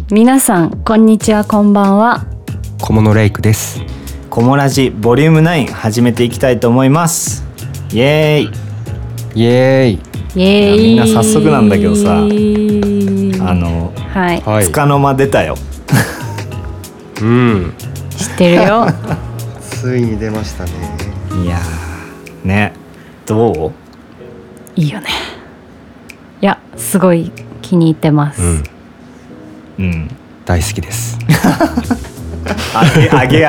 皆さんこんにちは、こんばんは。 小物レイクです。 コモラジボリューム9始めていきたいと思います。イエーイイエーイ。 イエーイ。 みんな早速なんだけどさ、はい、つかの間出たよ。 うん、 知ってるよ。 ついに出ましたね。 いやーね、どう？ いいよね。いや、すごい気に入ってます。 うん、 大好きです。 あげ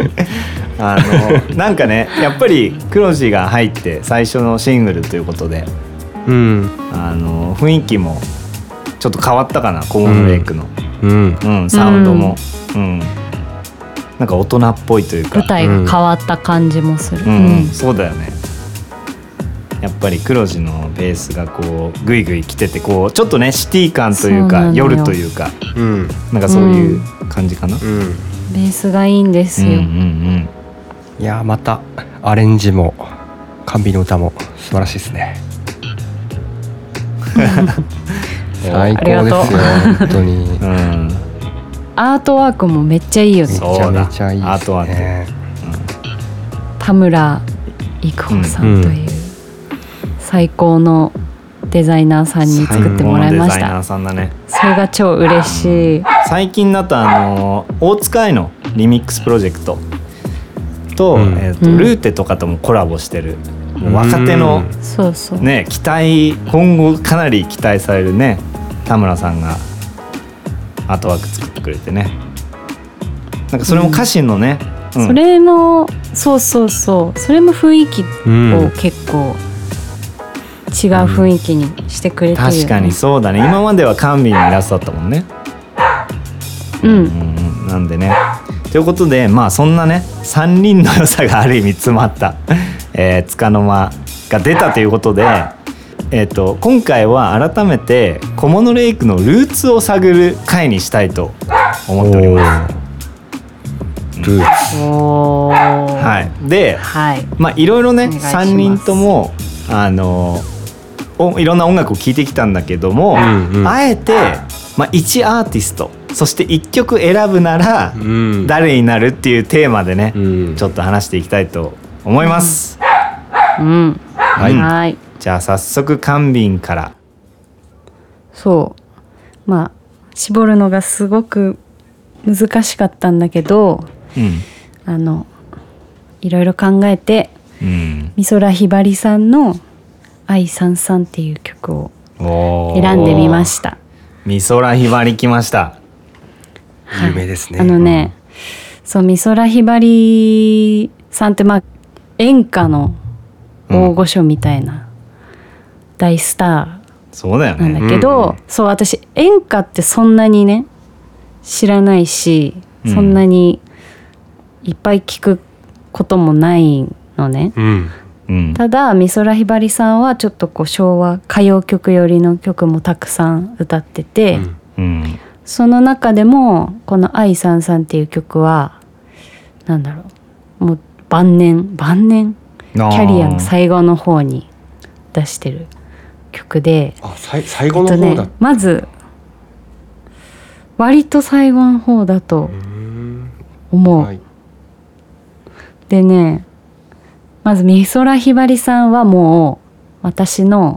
なんかね、やっぱり黒字が入って最初のシングルということで、雰囲気もちょっと変わったかな、コモンレイクの、サウンドも、なんか大人っぽいというか、 舞台が変わった感じもする。 そうだよね。やっぱり黒字のベースがこうグイグイ来てて、こうちょっとねシティ感というか夜というか、なんかそういう感じかな。 ベースがいいんですよ。 いやまたアレンジも甘美の歌も素晴らしいですね。最高ですよ本当に。 アートワークもめっちゃいいよね。 めちゃめちゃいいですね。 アートワーク、 田村育穂さんという最高のデザイナーさんに作ってもらいました。 デザイナーさんだね。 それが超嬉しい。 最近だと大塚愛のリミックスプロジェクトと、ルーテとかともコラボしてる、もう若手の、ね、今後かなり期待されるね、田村さんがアートワーク作ってくれてね、なんかそれも歌詞のね、 それもそれも雰囲気を結構違う雰囲気にしてくれてるよね。 確かにそうだね。今までは甘美のイラストだったもんね。なんでね、ということで、まあそんなね3人の良さがある意味詰まったつかの間が出たということで、今回は改めて小物レイクのルーツを探る回にしたいと思っております。 ルーツ。 はい。で、まあいろいろね3人ともいろんな音楽を聴いてきたんだけども、あえて、まあ、1アーティストそして1曲選ぶなら誰になるっていうテーマでね、ちょっと話していきたいと思います。はい。じゃあ早速甘美から。 まあ絞るのがすごく難しかったんだけど、いろいろ考えて、美空ひばりさんの愛さんさんっていう曲を選んでみました。 美空ひばり来ました。 有名ですね。 美空ひばりさんって、まあ演歌の大御所みたいな大スターなんだけど、私演歌ってそんなにね知らないし、そんなにいっぱい聞くこともないのね。ただ美空ひばりさんはちょっとこう昭和歌謡曲寄りの曲もたくさん歌ってて、その中でもこの「愛さんさん」っていう曲はなんだろう、もう晩年キャリアの最後の方に出してる曲で、 最後の方だ、 まず割と最後の方だと思う。でね、まず美空ひばりさんはもう私の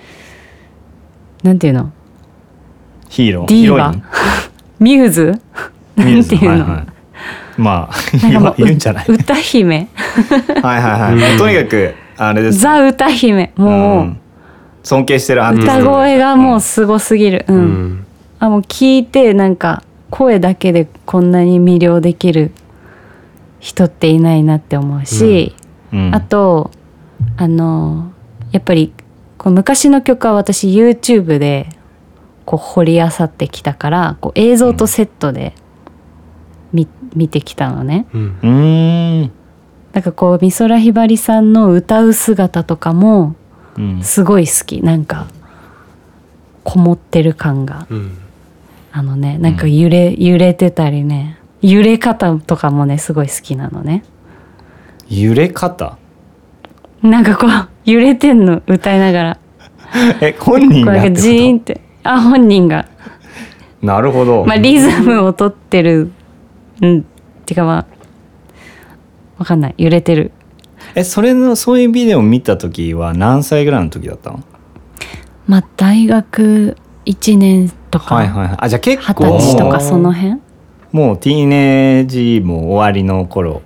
なんていうの、 ヒーロー、 ディーバミューズなんていうの、 まあ言うんじゃない、 歌姫とにかくあれです、 ザ歌姫、もう尊敬してるアーティスト、 歌声がもうすごすぎる。もう聞いてなんか声だけでこんなに魅了できる人っていないなって思うし、あとやっぱりこう昔の曲は私 YouTube でこう掘り漁ってきたから、こう映像とセットで見てきたのね。なんかこう美空ひばりさんの歌う姿とかもすごい好き。なんかこもってる感が、なんか揺れてたりね、揺れ方とかもねすごい好きなのね。 揺れ方？ なんかこう揺れてんの、歌いながら。 本人がってこと？ ジーンって、本人がなるほど。 リズムを取ってるってかわかんない、揺れてる。 そういうビデオを見た時は何歳ぐらいの時だったの？ 大学1年とか、 はいはいはい。あ、じゃあ結構 20歳とかその辺。 もうティーネージも終わりの頃。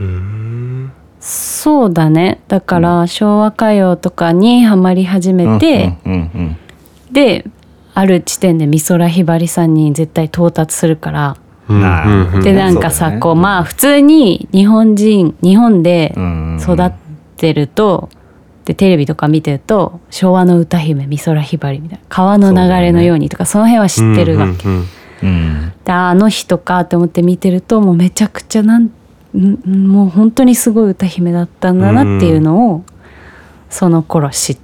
そうだね。だから昭和歌謡とかにハマり始めて、である地点で美空ひばりさんに絶対到達するから、でなんかさ、こう普通に日本で育ってると、でテレビとか見てると昭和の歌姫美空ひばりみたいな、川の流れのようにとか その辺は知ってるわけ、であの人かって思って見てると、もうめちゃくちゃもう本当にすごい歌姫だったんだなっていうのをその頃知った、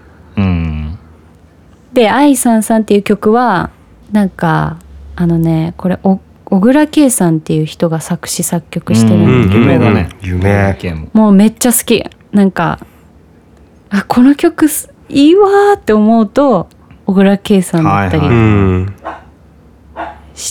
で「愛さんさん」っていう曲はなんかこれ小倉圭さんっていう人が作詞作曲してるんだけど、 有名だね。 有名。 もうめっちゃ好き。なんかこの曲いいわーって思うと小倉圭さんだったりして、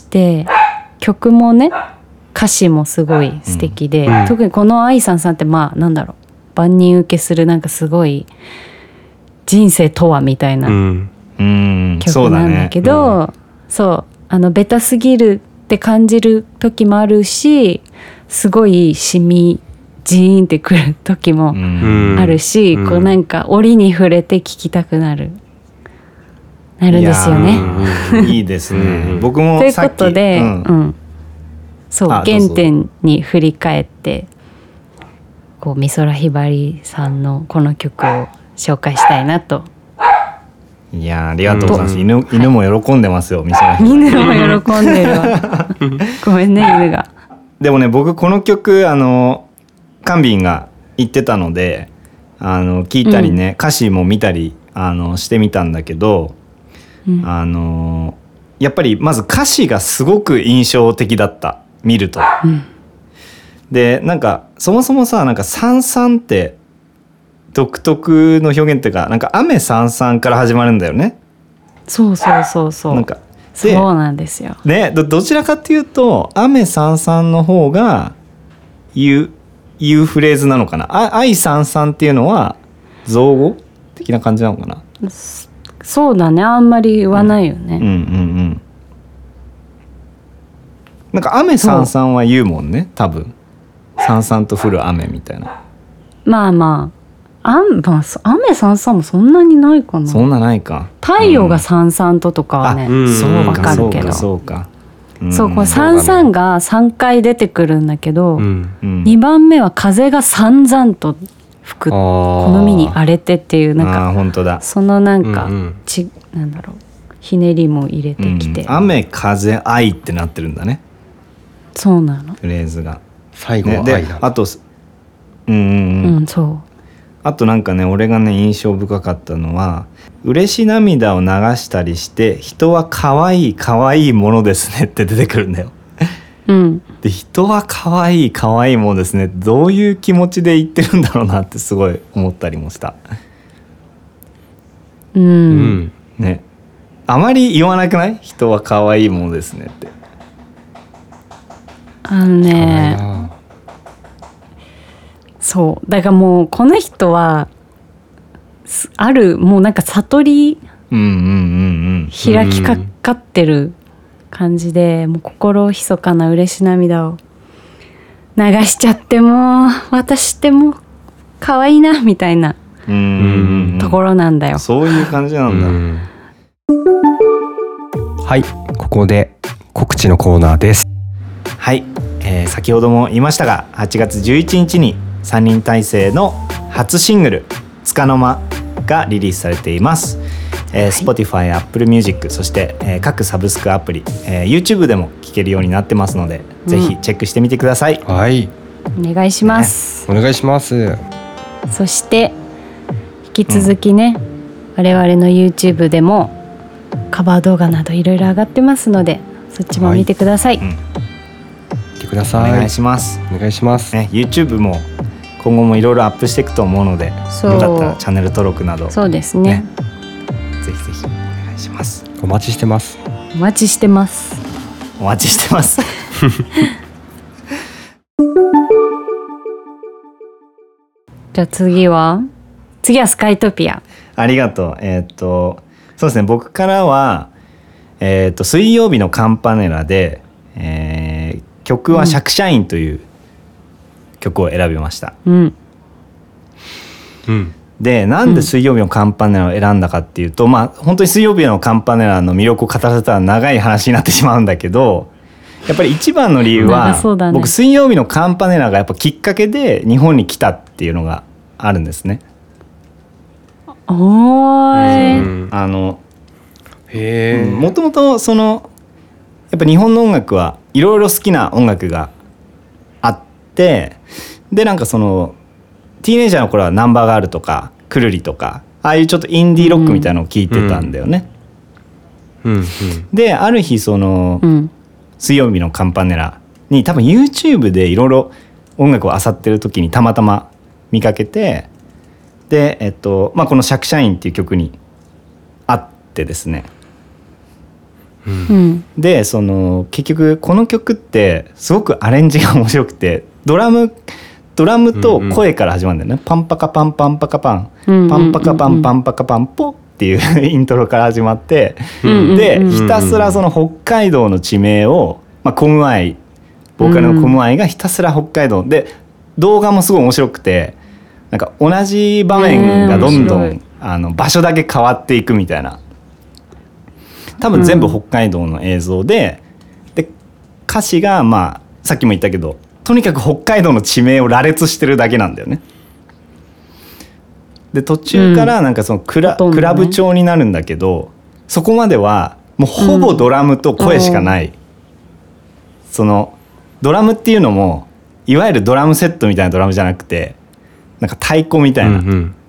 曲もね歌詞もすごい素敵で、特にこの愛さんさんってなんだろう、万人受けするなんかすごい人生とはみたいな曲なんだけど、ベタすぎるって感じる時もあるし、すごいジーンってくる時もあるし、こうなんか折に触れて聴きたくなるんですよね。 いいですね。僕もということで、原点に振り返ってこう美空ひばりさんのこの曲を紹介したいなと。 いやありがとうございます。犬も喜んでますよ、美空ひばり。 犬も喜んでるわごめんね、犬が。 でもね、僕この曲カンビンが言ってたので聞いたりね、歌詞も見たりしてみたんだけど、やっぱりまず歌詞がすごく印象的だった、見ると。でなんかそもそもさ、なんかさんさんって独特の表現っていうか、なんか雨さんさんから始まるんだよね。 そうなんかそうなんですよね。どちらかっていうと雨さんさんの方が言うフレーズなのかな。愛さんさんっていうのは造語的な感じなのかな。 そうだね、あんまり言わないよね。 なんか雨さんさんは言うもんね、多分。さんさんと降る雨みたいな。雨さんさんもそんなにないかな。そんなないか。 太陽がさんさんとかはね、わかるけど。 そうか。 これさんさんが3回出てくるんだけど、2番目は風がさんざんと吹く、この身に荒れてっていう、なんか本当だ、 そのなんかなんだろう、ひねりも入れてきて、 雨風愛ってなってるんだね。 そうなの、 フレーズが最後は愛だ、ね、 あとそうあとなんかね、俺がね印象深かったのは、嬉し涙を流したりして人は可愛い可愛いものですねって出てくるんだよ。で人は可愛い可愛いものですね、どういう気持ちで言ってるんだろうなってすごい思ったりもした。ね、あまり言わなくない？人は可愛いものですねって。 そうだからもうこの人はもうなんか悟り開きかかってる感じで、もう心密かな嬉し涙を流しちゃって、も私ってもう可愛いなみたいなところなんだよ。 そういう感じなんだ。 はい、ここで告知のコーナーです。 はい、先ほども言いましたが、8月11日に3人体制の初シングル「つかの間」がリリースされています。Spotify、Apple Music、そして、各サブスクアプリ、YouTube でも聴けるようになってますので、ぜひチェックしてみてください。 はい、 お願いします、 お願いします。 そして引き続きね、我々の YouTube でもカバー動画などいろいろ上がってますので、そっちも見てください。 見てください。 お願いします。 お願いします。 ね、YouTube も今後もいろいろアップしていくと思うので、よかったらチャンネル登録など、 そうですね。 ぜひぜひお願いします。 おお待ちしてます。 お待ちしてます。 お待ちしてますじゃあ次はスカイトピア。 ありがとう。そうですね、僕からは、水曜日のカンパネラで、曲はシャクシャインという曲を選びました、 うんうん、でなんで水曜日のカンパネラを選んだかっていうと、まあ本当に水曜日のカンパネラの魅力を語らせたら長い話になってしまうんだけど、やっぱり一番の理由は、ね、僕水曜日のカンパネラがやっぱきっかけで日本に来たっていうのがあるんですね。 おーい、 もともとそのやっぱ日本の音楽はいろいろ好きな音楽があって、でなんかそのティーネイジャーの頃はナンバーガールとかくるりとかああいうちょっとインディーロックみたいなのを聴いてたんだよね、である日その、水曜日のカンパネラに多分 YouTube でいろいろ音楽を漁ってる時にたまたま見かけて、でこのシャクシャインっていう曲にあってですね、でその結局この曲ってすごくアレンジが面白くて、ドラムと声から始まるんだよね、パンパカパンパンパカパン、パンパカパンパンパカパンポっていうイントロから始まって、でひたすらその北海道の地名を、コムアイボーカルのコムアイがひたすら北海道で、動画もすごい面白くて、なんか同じ場面がどんどん、場所だけ変わっていくみたいな、多分全部北海道の映像で、で歌詞がさっきも言ったけどとにかく北海道の地名を羅列してるだけなんだよね。で途中からなんかそのクラブ調になるんだけど、そこまではもうほぼドラムと声しかない、そのドラムっていうのもいわゆるドラムセットみたいなドラムじゃなくて、なんか太鼓みたいな、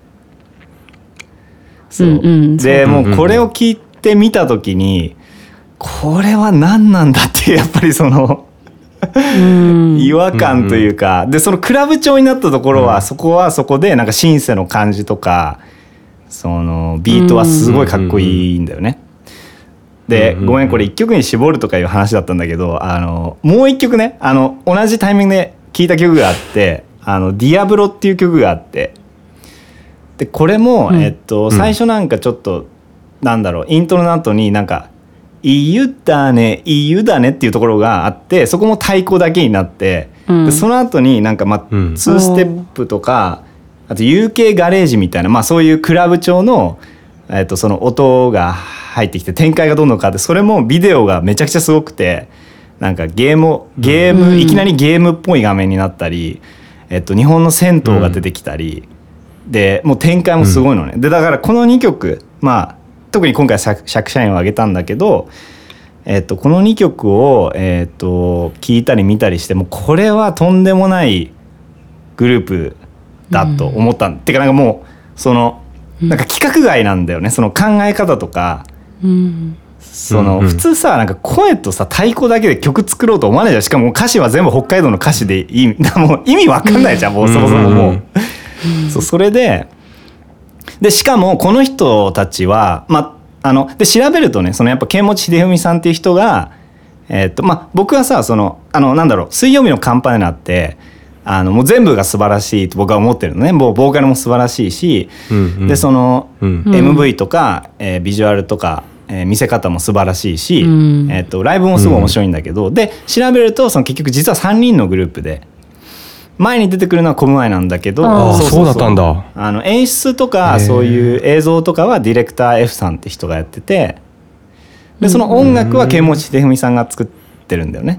でもうこれを聞いてみた時に、これは何なんだっていう、やっぱりその違和感というか、でそのクラブ調になったところは、そこはそこでなんかシンセの感じとかそのビートはすごいかっこいいんだよね。でごめん、これ一曲に絞るとかいう話だったんだけど、もう一曲ね、同じタイミングで聴いた曲があって、ディアブロっていう曲があって、でこれも、最初なんかちょっとなんだろう、イントロの後になんかいい湯だねいい湯だねっていうところがあって、そこも太鼓だけになって、でその後になんか2ステップとか、あと UK ガレージみたいな、そういうクラブ調の、その音が入ってきて展開がどんどん変わって、それもビデオがめちゃくちゃすごくて、なんかゲームいきなりゲームっぽい画面になったり、日本の銭湯が出てきたり、でもう展開もすごいのね、でだからこの2曲、特に今回シャクシャインを挙げたんだけど、この2曲を、聞いたり見たりして、もうこれはとんでもないグループだと思ったってか、なんかもうそのなんか規格外なんだよね、その考え方とか、その普通さ、なんか声とさ太鼓だけで曲作ろうと思わないじゃん。しかも歌詞は全部北海道の歌詞でいい、もう意味わかんないじゃん、もうそもそももうそれでしかもこの人たちはで調べるとね、そのやっぱ剣持秀文さんっていう人が、僕はさ、そのなんだろう、水曜日のカンパネラってもう全部が素晴らしいと僕は思ってるのね。もうボーカルも素晴らしいし、でその、MV とか、ビジュアルとか、見せ方も素晴らしいし、ライブもすごい面白いんだけど、で調べるとその結局実は3人のグループで、前に出てくるのはコムアイなんだけど、 そうだったんだ。 演出とかそういう映像とかはディレクター F さんって人がやってて、でその音楽は剣持秀文さんが作ってるんだよね。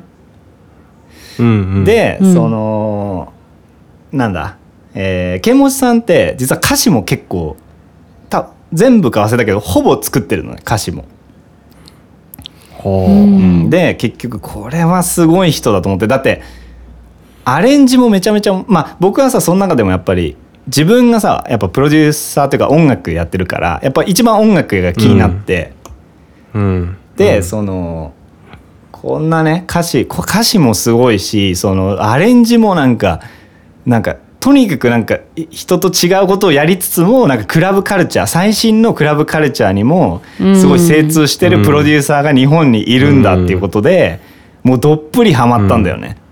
でそのなんだ、剣持さんって実は歌詞も結構全部か忘れたけどほぼ作ってるのね、歌詞も。で結局これはすごい人だと思って、だってアレンジもめちゃめちゃ、僕はさその中でもやっぱり自分がさやっぱプロデューサーというか音楽やってるから、やっぱ一番音楽が気になって、でそのこんなね歌詞もすごいし、そのアレンジもなんかとにかくなんか人と違うことをやりつつもなんかクラブカルチャー、最新のクラブカルチャーにもすごい精通してるプロデューサーが日本にいるんだっていうことで、もうどっぷりハマったんだよね。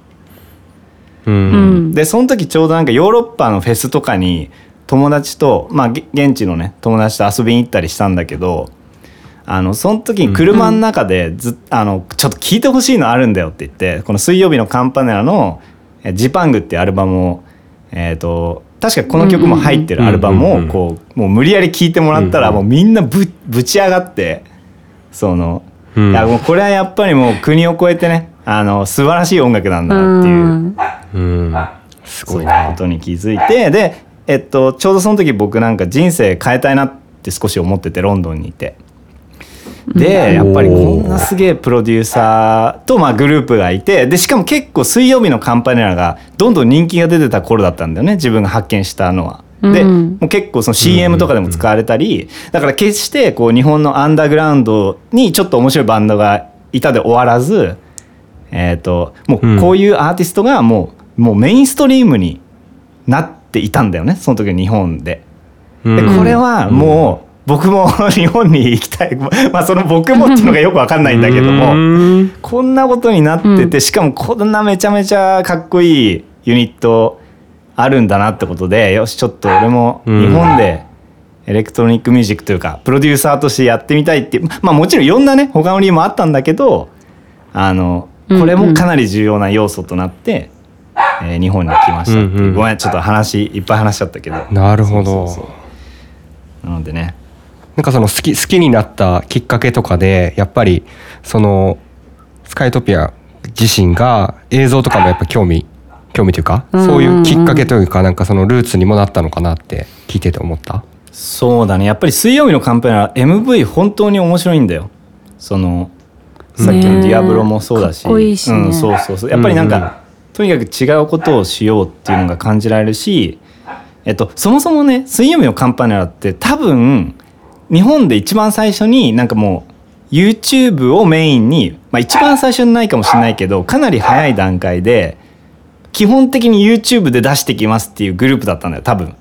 でその時ちょうどなんかヨーロッパのフェスとかに友達と、まあ現地のね友達と遊びに行ったりしたんだけど、その時に車の中でちょっと聞いてほしいのあるんだよって言って、この水曜日のカンパネラのジパングっていうアルバムを確かこの曲も入ってるアルバムをこうもう無理やり聴いてもらったらもうみんなぶち上がって、いやもうこれはやっぱりもう国を越えてね素晴らしい音楽なんだなっていう、すごいなことに気づいて、でちょうどその時僕なんか人生変えたいなって少し思ってて、ロンドンにいて、でやっぱりこんなすげえプロデューサーとまあグループがいて、でしかも結構水曜日のカンパネラがどんどん人気が出てた頃だったんだよね、自分が発見したのは。でもう結構その CM とかでも使われたり、だから決してこう日本のアンダーグラウンドにちょっと面白いバンドがいたで終わらず、もうこういうアーティストがもうメインストリームになっていたんだよね、その時日本で。でこれはもう僕も日本に行きたい、まあその僕もっていうのがよく分かんないんだけども、こんなことになってて、しかもこんなめちゃめちゃかっこいいユニットあるんだなってことで、よしちょっと俺も日本でエレクトロニックミュージックというかプロデューサーとしてやってみたいっていう、まあもちろんいろんなね他の理由もあったんだけど、これもかなり重要な要素となって、日本に来ましたっていう、ごめんちょっといっぱい話しちゃったけど。 なるほど。 なのでね、 なんかその好きになったきっかけとかでやっぱりそのスカイトピア自身が映像とかもやっぱ興味というか、そういうきっかけというか、なんかそのルーツにもなったのかなって聞いてて思った。 そうだね、やっぱり水曜日のカンパネラ MV 本当に面白いんだよ。そのさっきのディアブロもそうだし、 かっこいいしね、 そうやっぱりなんか、とにかく違うことをしようっていうのが感じられるし、そもそもね水曜日のカンパネラって多分日本で一番最初になんかもう YouTube をメインに、まあ、一番最初にないかもしれないけどかなり早い段階で基本的に YouTube で出してきますっていうグループだったんだよ多分。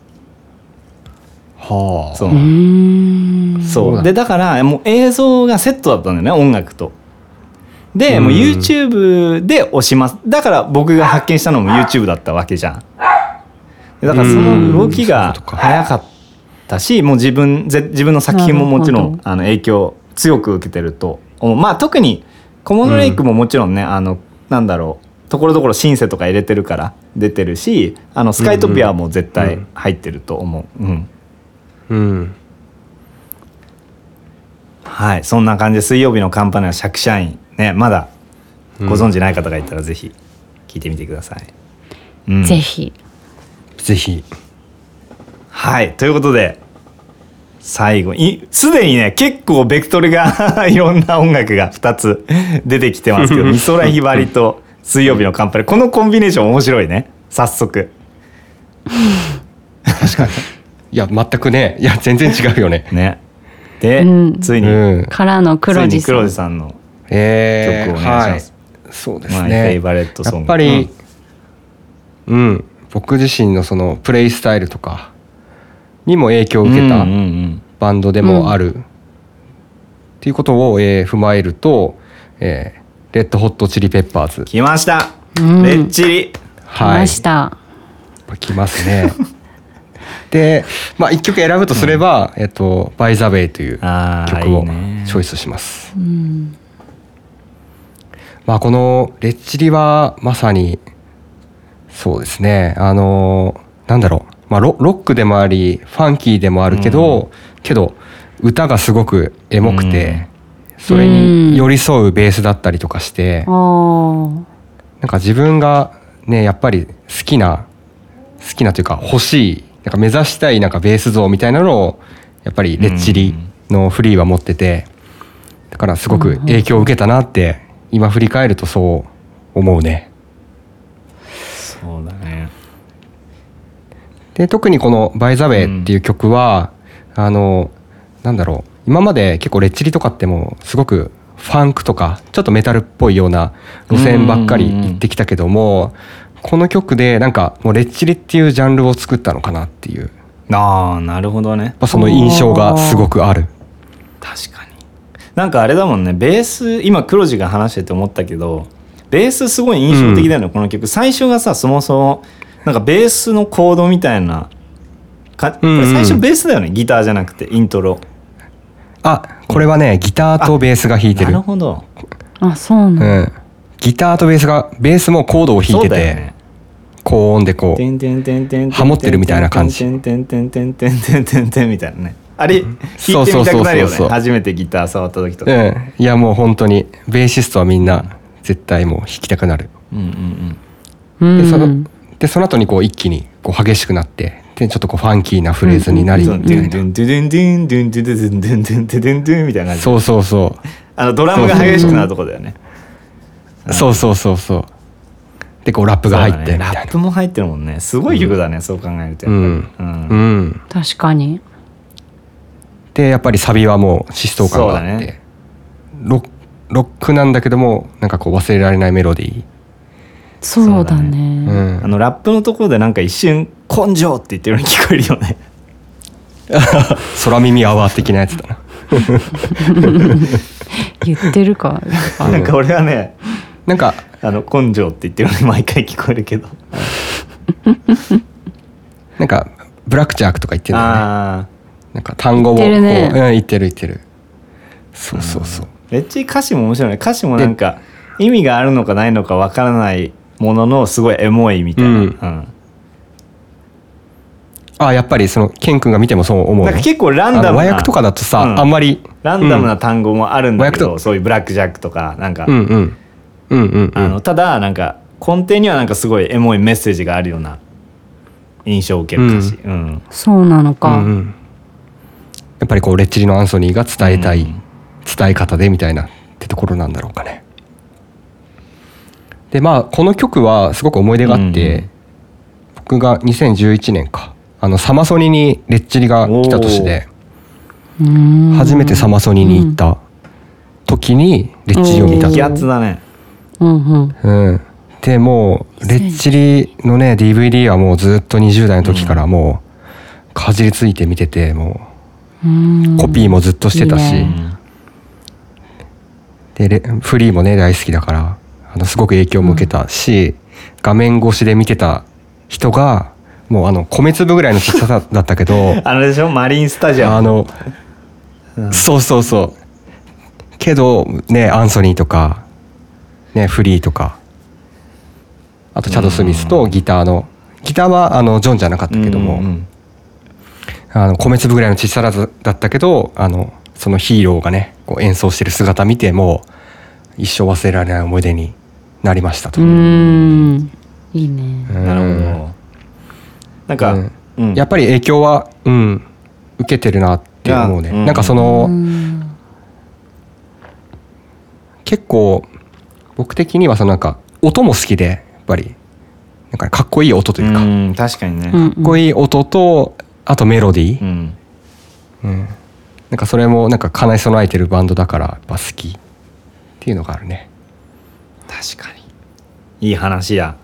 はあ。 そうでだからもう映像がセットだったんだよね、音楽と。でもう YouTube で押します。だから僕が発見したのも YouTube だったわけじゃん。だからその動きが早かったし、もう自分の作品ももちろん影響強く受けてると思う。まあ特にコモンドレイクももちろんね、なんだろう、ところどころシンセとか入れてるから出てるし、スカイトピアも絶対入ってると思う。はい、そんな感じで水曜日のカンパネラシャクシャインね、まだご存知ない方がいたらぜひ聞いてみてください。 ぜひはい、ということで最後にすでにね結構ベクトルがいろんな音楽が2つ出てきてますけど美空ひばりと水曜日のカンパネラ、このコンビネーション面白いね。早速確かにいや全くね、いや全然違うよね。 ねで、ついにからの黒地さんの曲をお願いします。 はい、そうですね。 マイフェイバレットソング。 やっぱり、僕自身のそのプレイスタイルとかにも影響を受けたバンドでもあるっていうことを踏まえると、レッドホットチリペッパーズ来ました。レッチリ、 来ました。 来ますね。で、まあ一曲選ぶとすれば、バイザウェイという曲をチョイスします。まあこのレッチリはまさにそうですね、なんだろう、まあロックでもありファンキーでもあるけど、歌がすごくエモくて、それに寄り添うベースだったりとかして、なんか自分がねやっぱり好きなというか欲しい、なんか目指したいなんかベース像みたいなのをやっぱりレッチリのフリーは持ってて、だからすごく影響を受けたなって今振り返るとそう思うね。 そうだね。 で特にこの「バイ・ザ・ウェイ」っていう曲は、なんだろう、今まで結構レッチリとかってもすごくファンクとかちょっとメタルっぽいような路線ばっかり行ってきたけども、 この曲でなんかもうレッチリっていうジャンルを作ったのかなっていう。 ああ、なるほどね。 その印象がすごくある。 確かに。なんかあれだもんね、ベース今黒字が話してて思ったけど、ベースすごい印象的だよね、この曲。最初がさ、そもそもなんかベースのコードみたいなこれ最初ベースだよね、ギターじゃなくてイントロ。 これはね、ギターとベースが弾いてる。 なるほど。 そうなん、 ギターとベースもコードを弾いてて、高音でこうハモってるみたいな感じ。 みたいなね。あれ弾いてみたくなるよね、初めてギター触った時とか。 いやもう本当にベーシストはみんな絶対もう弾きたくなる。でその後にこう一気にこう激しくなって、でちょっとこうファンキーなフレーズになり、みたいな。そうそうそう。 ドラムが激しくなるとこだよね。 そうそうそうそう。でこうラップが入ってみたいな。 ラップも入ってるもんね。すごい曲だね、そう考えると。 確かに。 でやっぱりサビはもう疾走感があって、ロックなんだけどもなんかこう忘れられないメロディー。 そうだね。 ラップのところでなんか一瞬根性って言ってるように聞こえるよね。 空耳アワー的なやつだな。 言ってるか。 なんか俺はね、 なんか根性って言ってるように毎回聞こえるけど。 なんかブラックジャックとか言ってるんだよね。なんか単語を言ってるね。 言ってる。そうそうそう。 めっちゃ歌詞も面白いね。歌詞もなんか意味があるのかないのかわからないもののすごいエモいみたいな。 やっぱりそのケン君が見てもそう思う。 なんか結構ランダムな和訳とかだとさ、あんまりランダムな単語もあるんだけど、そういうブラックジャックとかなんかただなんか根底にはなんかすごいエモいメッセージがあるような印象を受ける歌詞。 そうなのか。 やっぱりこうレッチリのアンソニーが伝えたい伝え方でみたいなってところなんだろうかね。でこの曲はすごく思い出があって、僕が2011年かサマソニにレッチリが来た年で、初めてサマソニに行った時にレッチリを見たと。 激アツだね。 でもうレッチリのね DVD はもうずっと20代の時からもうかじりついて見てて、もうコピーもずっとしてたし、でフリーもね大好きだからすごく影響も受けたし、画面越しで見てた人がもう米粒ぐらいのちっちゃさだったけどでしょ、マリンスタジアム。 そうそうそうけどね、アンソニーとかねフリーとか、あとチャド・スミスとギターはジョンじゃなかったけども、米粒ぐらいの小ささだったけどそのヒーローがねこう演奏してる姿見てもう一生忘れられない思い出になりましたと。 いいね。 なるほど。なんか、 やっぱり影響は、受けてるなって思うね。なんかその結構僕的にはなんか音も好きで、やっぱりなんかかっこいい音というか、 確かにね、 かっこいい音とあとメロディー、なんかそれもなんか兼ね備えてるバンドだからやっぱ好きっていうのがあるね。 確かにいい話や。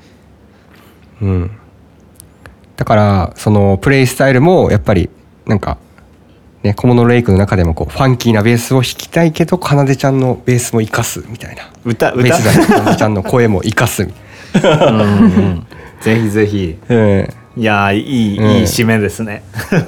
だからそのプレイスタイルもやっぱりなんかね、小物レイクの中でもこうファンキーなベースを弾きたいけどかなでちゃんのベースも生かすみたいな、ベースがかなでちゃんの声も生かすみたいなぜひぜひ、いやいい締めですね。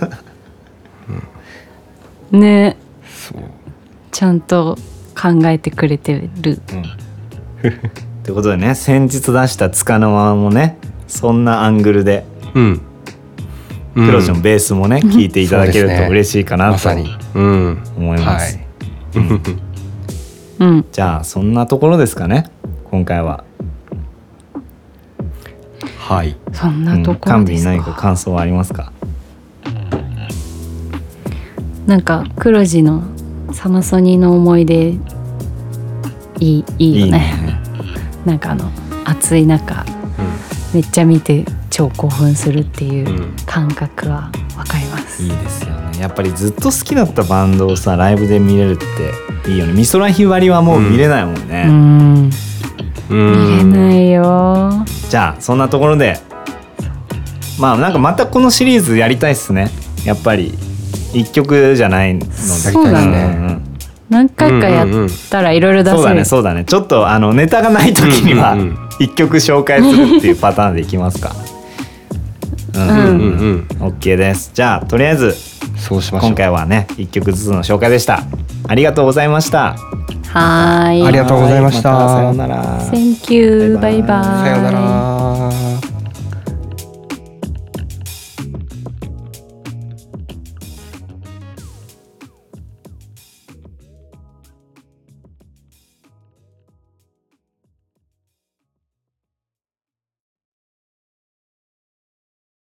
ね、ちゃんと考えてくれてる。 ということでね、先日出したつかの間もねそんなアングルで、クロジのベースもね聴いていただけると嬉しいかなと思います。じゃあそんなところですかね今回は。 はい、 そんなところですか。 カンビに何か感想はありますか？ なんかクロジのサマソニの思い出いいよね。なんか暑い中、めっちゃ見て超興奮するっていう感覚は分かります。 いいですよね。やっぱりずっと好きだったバンドをさライブで見れるっていいよね。美空ひばりはもう見れないもんね。 見れないよ。 じゃあそんなところでまあなんかまたこのシリーズやりたいっすね。やっぱり1曲じゃないので。 そうだね、何回かやったらいろいろ出せる、 そうだねそうだね。ちょっとネタがない時には1曲紹介するっていうパターンでいきますか。OK です。じゃあとりあえずそうしましょう。 今回はね1曲ずつの紹介でした。ありがとうございました。 はい、 ありがとうございました。 またさようなら。 Thank you。バイバイ。 さようなら。